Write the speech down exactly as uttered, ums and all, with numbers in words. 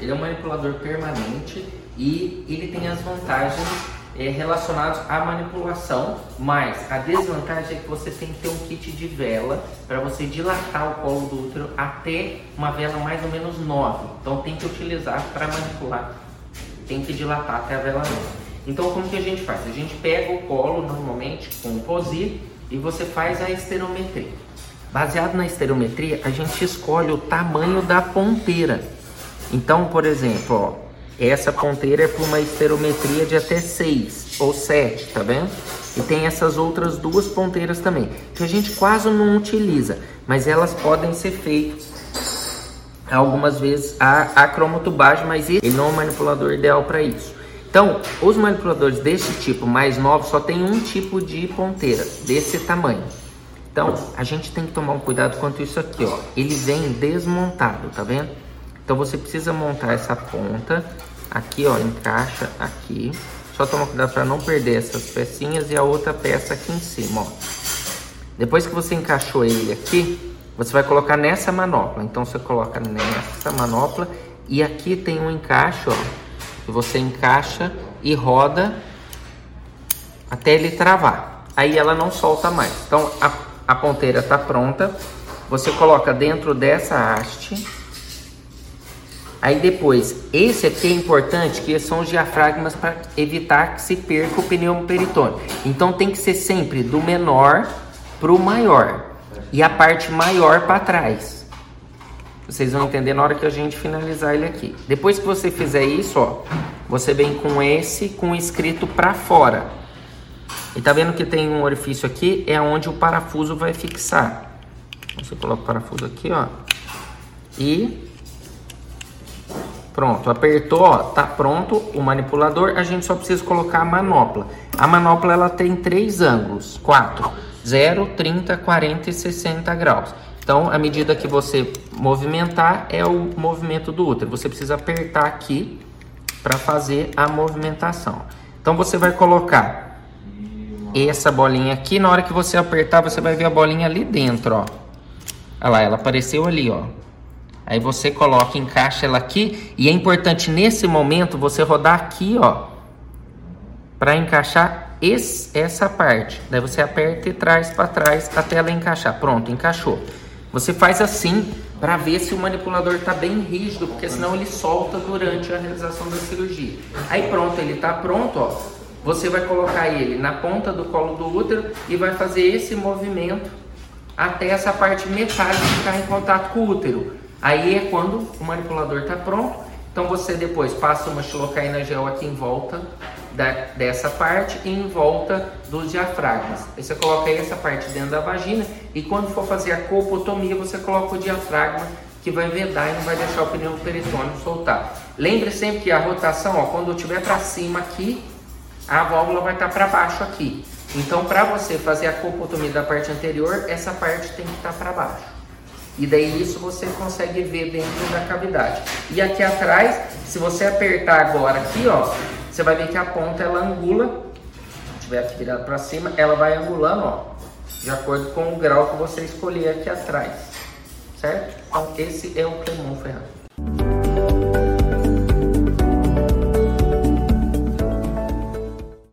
ele é um manipulador permanente e ele tem as vantagens é, relacionadas à manipulação, mas a desvantagem é que você tem que ter um kit de vela para você dilatar o colo do útero até uma vela mais ou menos nove. Então tem que utilizar para manipular, tem que dilatar até a vela nove. Então como que a gente faz? A gente pega o colo normalmente com o POSI e você faz a esterometria. Baseado na esterometria, a gente escolhe o tamanho da ponteira. Então, por exemplo, ó, essa ponteira é para uma esterometria de até seis ou sete, tá vendo? E tem essas outras duas ponteiras também, que a gente quase não utiliza, mas elas podem ser feitas algumas vezes a, a cromotubagem, mas ele não é o manipulador ideal para isso. Então, os manipuladores desse tipo mais novos só tem um tipo de ponteira, desse tamanho. Então, a gente tem que tomar um cuidado quanto isso aqui, ó. Ele vem desmontado, tá vendo? Então, você precisa montar essa ponta. Aqui, ó, encaixa aqui. Só toma cuidado para não perder essas pecinhas e a outra peça aqui em cima, ó. Depois que você encaixou ele aqui, você vai colocar nessa manopla. Então, você coloca nessa manopla e aqui tem um encaixe, ó. Que você encaixa e roda até ele travar. Aí ela não solta mais. Então, a A ponteira está pronta, você coloca dentro dessa haste. Aí depois, esse aqui é importante, que são os diafragmas para evitar que se perca o pneumoperitônio. Então tem que ser sempre do menor para o maior e a parte maior para trás. Vocês vão entender na hora que a gente finalizar ele aqui. Depois que você fizer isso, ó, você vem com esse com escrito para fora. E tá vendo que tem um orifício aqui? É onde o parafuso vai fixar. Você coloca o parafuso aqui, ó. E pronto, apertou, ó. Tá pronto o manipulador. A gente só precisa colocar a manopla. A manopla, ela tem três ângulos. Quatro. zero, trinta, quarenta e sessenta graus. Então, à medida que você movimentar, é o movimento do útero. Você precisa apertar aqui para fazer a movimentação. Então, você vai colocar essa bolinha aqui, na hora que você apertar, você vai ver a bolinha ali dentro, ó. Olha lá, ela apareceu ali, ó. Aí você coloca, encaixa ela aqui. E é importante nesse momento você rodar aqui, ó, para encaixar esse, essa parte. Daí você aperta e traz para trás até ela encaixar. Pronto, encaixou. Você faz assim para ver se o manipulador tá bem rígido, porque senão ele solta durante a realização da cirurgia. Aí pronto, ele tá pronto, ó. Você vai colocar ele na ponta do colo do útero e vai fazer esse movimento até essa parte metálica ficar em contato com o útero. Aí é quando o manipulador está pronto. Então você depois passa uma xilocaína gel aqui em volta da, dessa parte e em volta dos diafragmas. Aí você coloca essa parte dentro da vagina e quando for fazer a colpotomia você coloca o diafragma, que vai vedar e não vai deixar o pneumoperitônio soltar. Lembre sempre que a rotação, ó, quando eu estiver para cima aqui, a válvula vai estar para baixo aqui. Então, para você fazer a colpotomia da parte anterior, essa parte tem que estar para baixo. E daí isso você consegue ver dentro da cavidade. E aqui atrás, se você apertar agora aqui, ó, você vai ver que a ponta ela angula. Se tiver aqui virado para cima, ela vai angulando, ó, de acordo com o grau que você escolher aqui atrás. Certo? Então, esse é o Clemon Ferrando.